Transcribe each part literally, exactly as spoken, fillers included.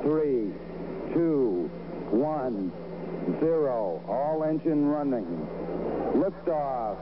three, two, one, zero. All engine running. Liftoff.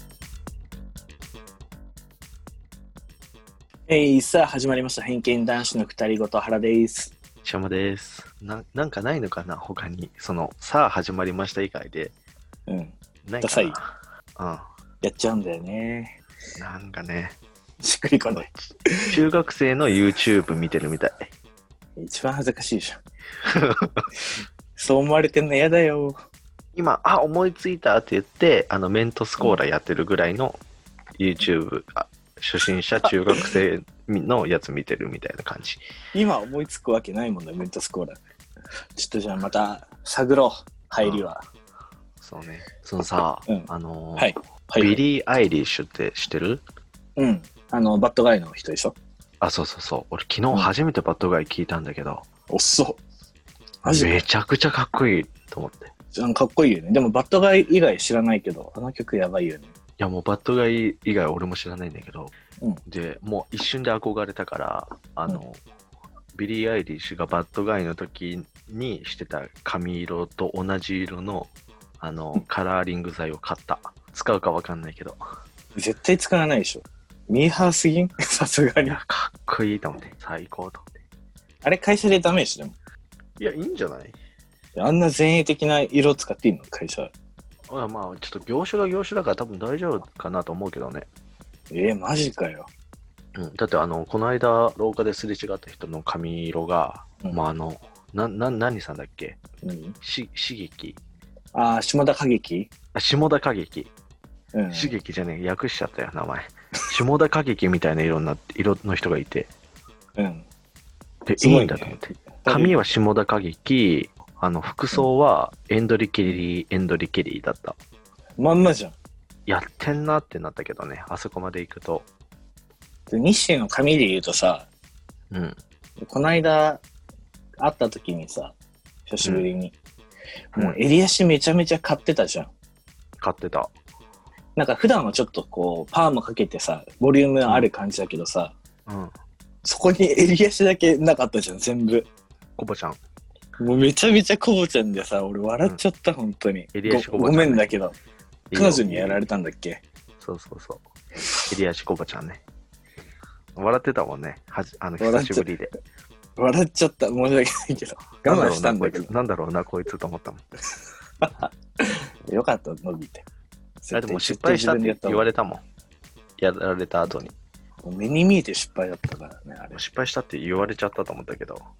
えー、さあ始まりました偏見男子の二人ごと原です。 しゃまです。な、なんかないのかな他に。その、さあ始まりました以外で。 うん。 ないかな。 ダサい。うん。 うん。 やっちゃうんだよね。 なんかね。 しっくりこない。 中学生の YouTube 見てるみたい。 一番恥ずかしいじゃん。そう思われてんの嫌だよ。 今、あ、思いついたって言って、あの、メントスコーラやってるぐらいの YouTube、あ、初心者中学生のやつ見てるみたいな感じ。 今思いつくわけないもんね、メントスコーラ。ちょっとじゃあまた探ろう、入りは。 そうね。そのさ、 うん、 あのーはいはい、 ビリー・アイリッシュって知ってる？ うん。あの、バッドガイの人でしょ？ あ、そうそうそう。俺昨日初めてバッドガイ聞いたんだけど。 おっそ。マジで？ めちゃくちゃかっこいいと思って。 かっこいいよね。でもバッドガイ以外知らないけど、あの曲やばいよね。 いやもうバッドガイ以外俺も知らないんだけど、 うん、 でもう一瞬で憧れたからあの、うん、ビリー・アイリッシュがバッドガイの時にしてた髪色と同じ色のあのカラーリング剤を買った。使うかわかんないけど絶対使わないでしょ。ミーハーすぎんさすがに。いやかっこいいと思って最高と思って。 あれ会社でダメでしょ。でもいやいいんじゃない？ あんな前衛的な色使っていいの会社？ あまあちょっと業種が業種だから多分大丈夫かなと思うけどね。 えー、マジかよ。 うん、だってあのこの間廊下ですれ違った人の髪色が、うん、まああのなな何さんだっけ？ 何？ ししげき。 ああ下田景樹。 あ下田景樹。 うん、 しげきじゃねえ訳しちゃったよ名前。下田景樹みたいな色になって色の人がいて。 うん。 でいいんだと思って。髪は下田景樹。あの服装はエンドリケリー、エンドリケリーだった。 まんまじゃん。 やってんなってなったけどね、あそこまで行くと。 で日清の髪で言うとさ、 うん、 この間会った時にさ、久しぶりに、うん、もう襟足めちゃめちゃ買ってたじゃん。 買ってた。 なんか普段はちょっとこうパーマかけてさ、ボリュームある感じだけどさ、うんうん、そこに襟足だけなかったじゃん、全部。 コバちゃん。 もうめちゃめちゃコボちゃんでさ、俺笑っちゃった、うん、本当に。 襟足コバちゃん、ね、 ごめんだけど。彼女にやられたんだっけ？ そうそうそう。襟足コバちゃんね。笑ってたもんね。はじあの久しぶりで。 笑っちゃった。申し訳ないけど。我慢したんだけど。 なんだろうな、こいつと思ったもん。 よかった、伸びて。 いやでも失敗したって言われたもん。やられた後に。 目に見えて失敗だったからね、あれ。 失敗したって言われちゃったと思ったけど。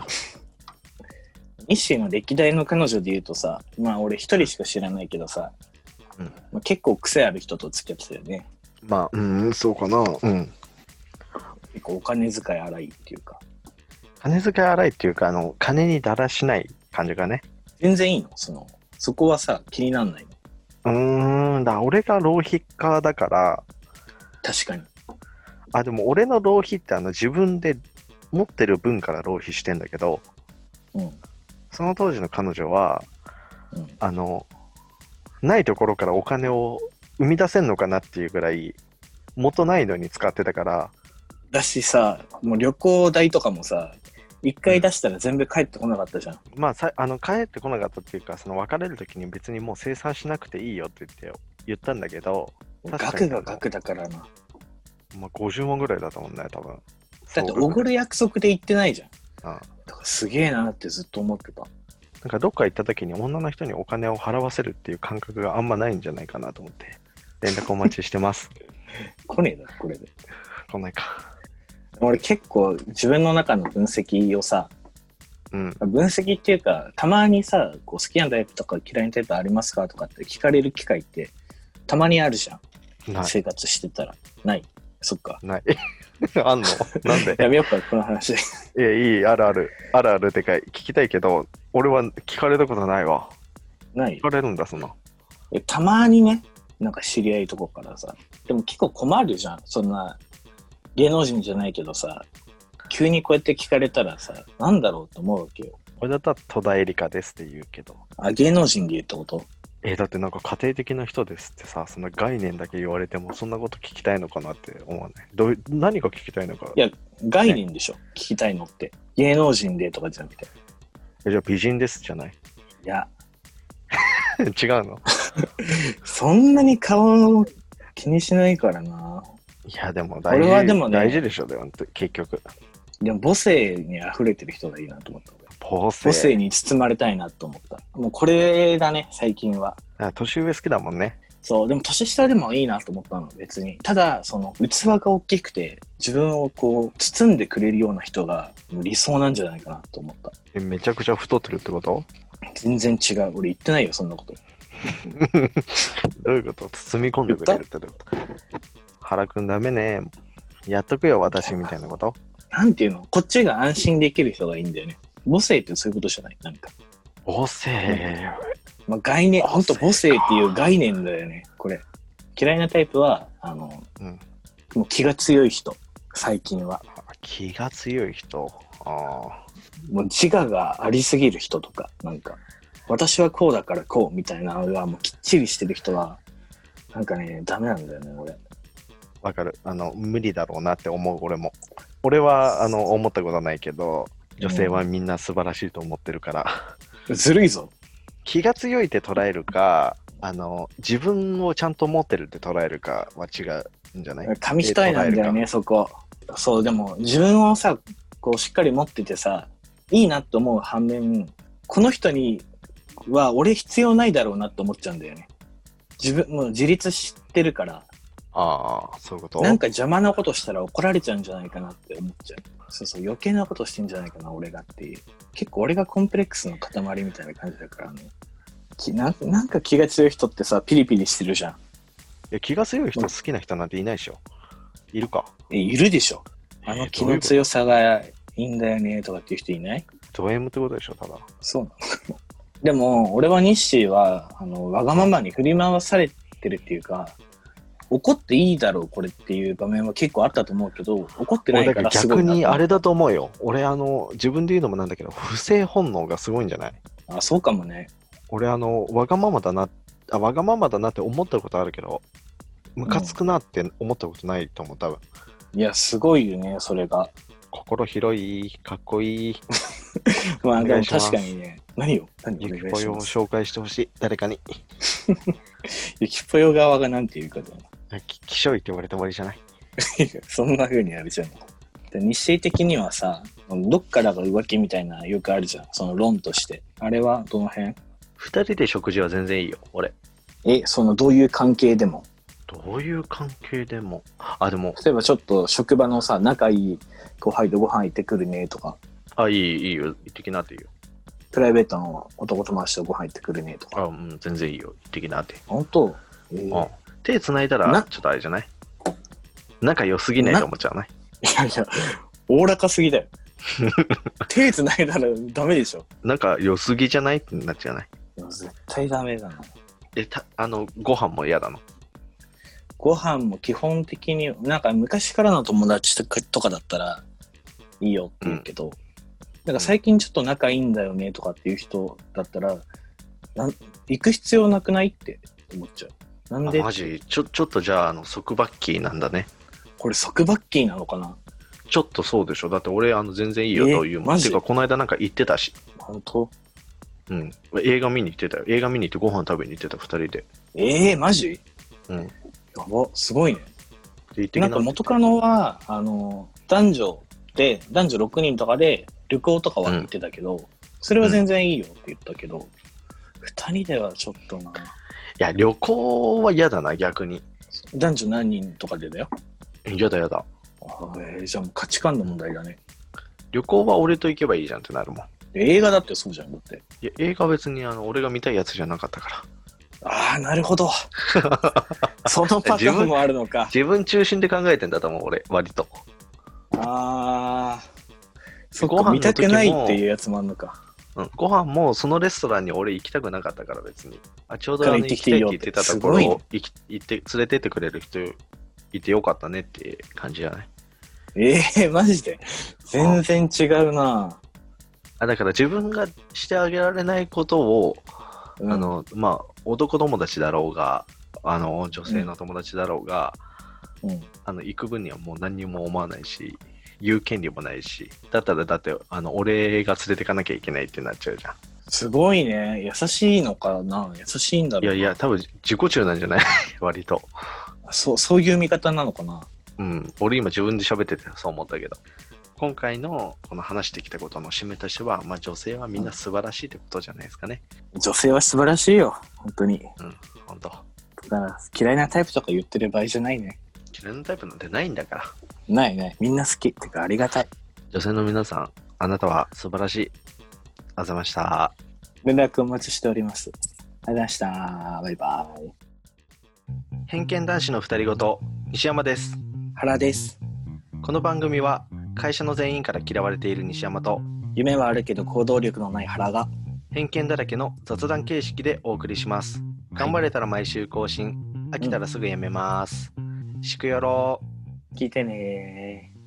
日清の歴代の彼女で言うとさ、まあ俺一人しか知らないけどさ、うんまあ、結構癖ある人と付き合ってたよね。 まあ、うん、そうかな。うん。 結構お金遣い荒いっていうか。 金遣い荒いっていうか、あの、金にだらしない感じがね。 全然いいの？その、そこはさ、気になんないの？ うーん、だ俺が浪費家だから。 確かに。 あ、でも俺の浪費ってあの自分で持ってる分から浪費してんだけど、うん。その当時の彼女は、うん、あのないところからお金を生み出せんのかなっていうぐらい元ないのに使ってたから。 だしさ、もう旅行代とかもさ、一回出したら全部帰ってこなかったじゃん。 うん、まあさあの帰ってこなかったっていうか、その別れる時に別にもう清算しなくていいよって言って言ったんだけど、 額が額だからな。 まあごじゅうまんぐらいだと思うんだよ多分。 だっておごる約束で言ってないじゃん。 ああだからすげえなってずっと思ってた。 なんかどっか行った時に女の人にお金を払わせるっていう感覚があんまないんじゃないかなと思って連絡お待ちしてます。 来ねえだこれで。 来ないか。 俺結構自分の中の分析をさ、うん、分析っていうかたまにさ、こう好きなタイプとか嫌いなタイプありますかとかって聞かれる機会ってたまにあるじゃん。ない。生活してたら。ない。そっか。 ない。あんの？なんで？ やめよっかこの話。 いやいいあるあるあるあるでかい聞きたいけど俺は聞かれたことないわ。 ない？ 聞かれるんだそんな。 えたまにね、なんか知り合いとこからさ、でも結構困るじゃん。そんな芸能人じゃないけどさ、急にこうやって聞かれたらさ、なんだろうと思うわけよ。 俺だったら戸田恵梨香ですって言うけど。 あ、芸能人で言うってこと？ えー、だってなんか家庭的な人ですってさ、そんな概念だけ言われてもそんなこと聞きたいのかなって思わない？どう何が聞きたいのか。 いや、概念でしょ、ね、聞きたいのって。芸能人でとかじゃなくて。 え、じゃあ美人ですじゃない？ いや。 違うの？ そんなに顔気にしないからな。 いや、でも大事、 俺はでもね、 大事でしょ、でも結局。 でも母性に溢れてる人がいいなと思った。 母性。 母性に包まれたいなと思った。もうこれだね、最近は。 あ、年上好きだもんね。 そう、でも年下でもいいなと思ったの、別に。ただ、その器が大きくて、自分をこう、包んでくれるような人が理想なんじゃないかなと思った。 え、めちゃくちゃ太ってるってこと？ 全然違う。俺言ってないよ、そんなこと。 どういうこと？包み込んでくれるってこと？原くんダメね。やっとくよ、私みたいなこと？ なんていうの？こっちが安心できる人がいいんだよね。母性ってそういうことじゃない？なんか。 母性。 まあ、概念、ほんと母性っていう概念だよね、これ。嫌いなタイプは、あの、うん、もう気が強い人、最近は。 気が強い人。ああ。 もう自我がありすぎる人とか、なんか、私はこうだからこうみたいなのがもうきっちりしてる人は、なんかね、ダメなんだよね、俺。 わかる。あの、無理だろうなって思う、俺も。俺は、あの、思ったことはないけど、女性はみんな素晴らしいと思ってるから。 うん、ずるいぞ。 気が強いって捉えるか、あの、自分をちゃんと持ってるって捉えるかは違うんじゃない？ 紙一重なんだよね、そこ。そう、でも自分をさ、こうしっかり持っててさ、いいなって思う反面、この人には俺必要ないだろうなって思っちゃうんだよね。自分もう自立してるから。 ああ、そういうこと？ なんか邪魔なことしたら怒られちゃうんじゃないかなって思っちゃう。そうそう、余計なことしてんじゃないかな、俺がっていう。結構俺がコンプレックスの塊みたいな感じだからね。な, なんか気が強い人ってさ、ピリピリしてるじゃん。いや、気が強い人好きな人なんていないでしょ。いるか？ え、いるでしょ。あの気の強さがいいんだよねとかっていう人いない？ ド M ってことでしょ、ただ。 そうなの。でも、俺はニッシーは、あの、わがままに振り回されてるっていうか、怒っていいだろう、これっていう場面は結構あったと思うけど、怒ってないからすごいな。 逆にあれだと思うよ。俺、あの、自分で言うのもなんだけど、不正本能がすごいんじゃない？ あ、そうかもね。 俺、あの、わがままだな、あ、わがままだなって思ったことあるけど、ムカつくなって思ったことないと思う、多分。 いや、すごいよね、それが。 心広い、かっこいい。 まあ、でも確かにね。何よ？何ゆきぽよを紹介してほしい、誰かに。 ゆきぽよ側がなんて言うかだな。き、きしょいって言われて終わりじゃない？ そんな風にやるじゃん。で日清的にはさ、どっからが浮気みたいなよくあるじゃん。その論として。あれはどの辺？ 二人で食事は全然いいよ、俺。 え、そのどういう関係でも？ どういう関係でも。あ、でも。 例えばちょっと職場のさ、仲いい後輩とご飯行ってくるねとか。 あ、いい、いいよ。行ってきなっていいよ。 プライベートの男友達とご飯行ってくるねとか。 あ、うん、全然いいよ。行ってきなって。 本当？えー、 うん。手繋いだら、ちょっとあれじゃない？仲良すぎないと思っちゃうね。 いやいや、おおらかすぎだよ。手繋いだらダメでしょ。 仲良すぎじゃないってなっちゃうね。 絶対ダメだな。 え、た、あの、ご飯も嫌だの？ ご飯も基本的に、なんか昔からの友達とかとかだったらいいよって言うけど、うん、なんか最近ちょっと仲いいんだよねとかっていう人だったら、なん行く必要なくないって思っちゃう。なんで？ マジ？ちょ、ちょっとじゃあ、あの、束縛期なんだね。 これ束縛期なのかな？ ちょっとそうでしょ。だって俺、あの、全然いいよというもん。てか、この間なんか言ってたし。 本当？ うん。映画見に行ってたよ。映画見に行ってご飯食べに行ってた、二人で。 ええー、マジ？ うん。 やば、すごいね。なんか元カノは、あの、男女で、男女ろくにんとかで旅行とかは行ってたけど、うん、それは全然いいよって言ったけど、二、うん、人ではちょっとな。いや、旅行は嫌だな、逆に。 男女何人とかでだよ。 嫌だ嫌だ。 あ、えー、じゃあもう価値観の問題だね。 旅行は俺と行けばいいじゃんってなるもん。 映画だってそうじゃん、だって。 いや、映画は別にあの俺が見たいやつじゃなかったから。 ああ、なるほど。そのパターンもあるのか。 自分、自分中心で考えてんだと思う、俺、割と。 ああ、そっか、見たくないっていうやつもあるのか。 うん、ご飯もそのレストランに俺行きたくなかったから別に。あ、ちょうどあの行きたいって言ってたところを行き行って連れてってくれる人いてよかったねって感じじゃない？ ええー、マジで全然違うな。 あ、だから自分がしてあげられないことをうん、あの、まあ、男友達だろうが、あの、女性の友達だろうが、うん、あの、行く分にはもう何にも思わないし、言う権利もないし、だったらだって、あの、俺が連れてかなきゃいけないってなっちゃうじゃん。 すごいね。優しいのかな。優しいんだろうな。 いやいや、多分自己中なんじゃない割と。 そう、そういう見方なのかな。 うん。俺今自分で喋っててそう思ったけど。今回のこの話してきたことの締めとしては、まあ女性はみんな素晴らしいってことじゃないですかね。 女性は素晴らしいよ。本当に。 うん、本当。だから嫌いなタイプとか言ってる場合じゃないね。 嫌いなタイプなんてないんだから。 ないね。みんな好き。ってかありがたい。 女性の皆さん、あなたは素晴らしい。ありがとうございました。 連絡お待ちしております。ありがとうございました。バイバイ。 偏見男子の二人ごと、西山です。 原です。 この番組は会社の全員から嫌われている西山と、 夢はあるけど行動力のない原が偏見だらけの雑談形式でお送りします。頑張れたら毎週更新、飽きたらすぐやめます。しくよろ。 聞いてねー。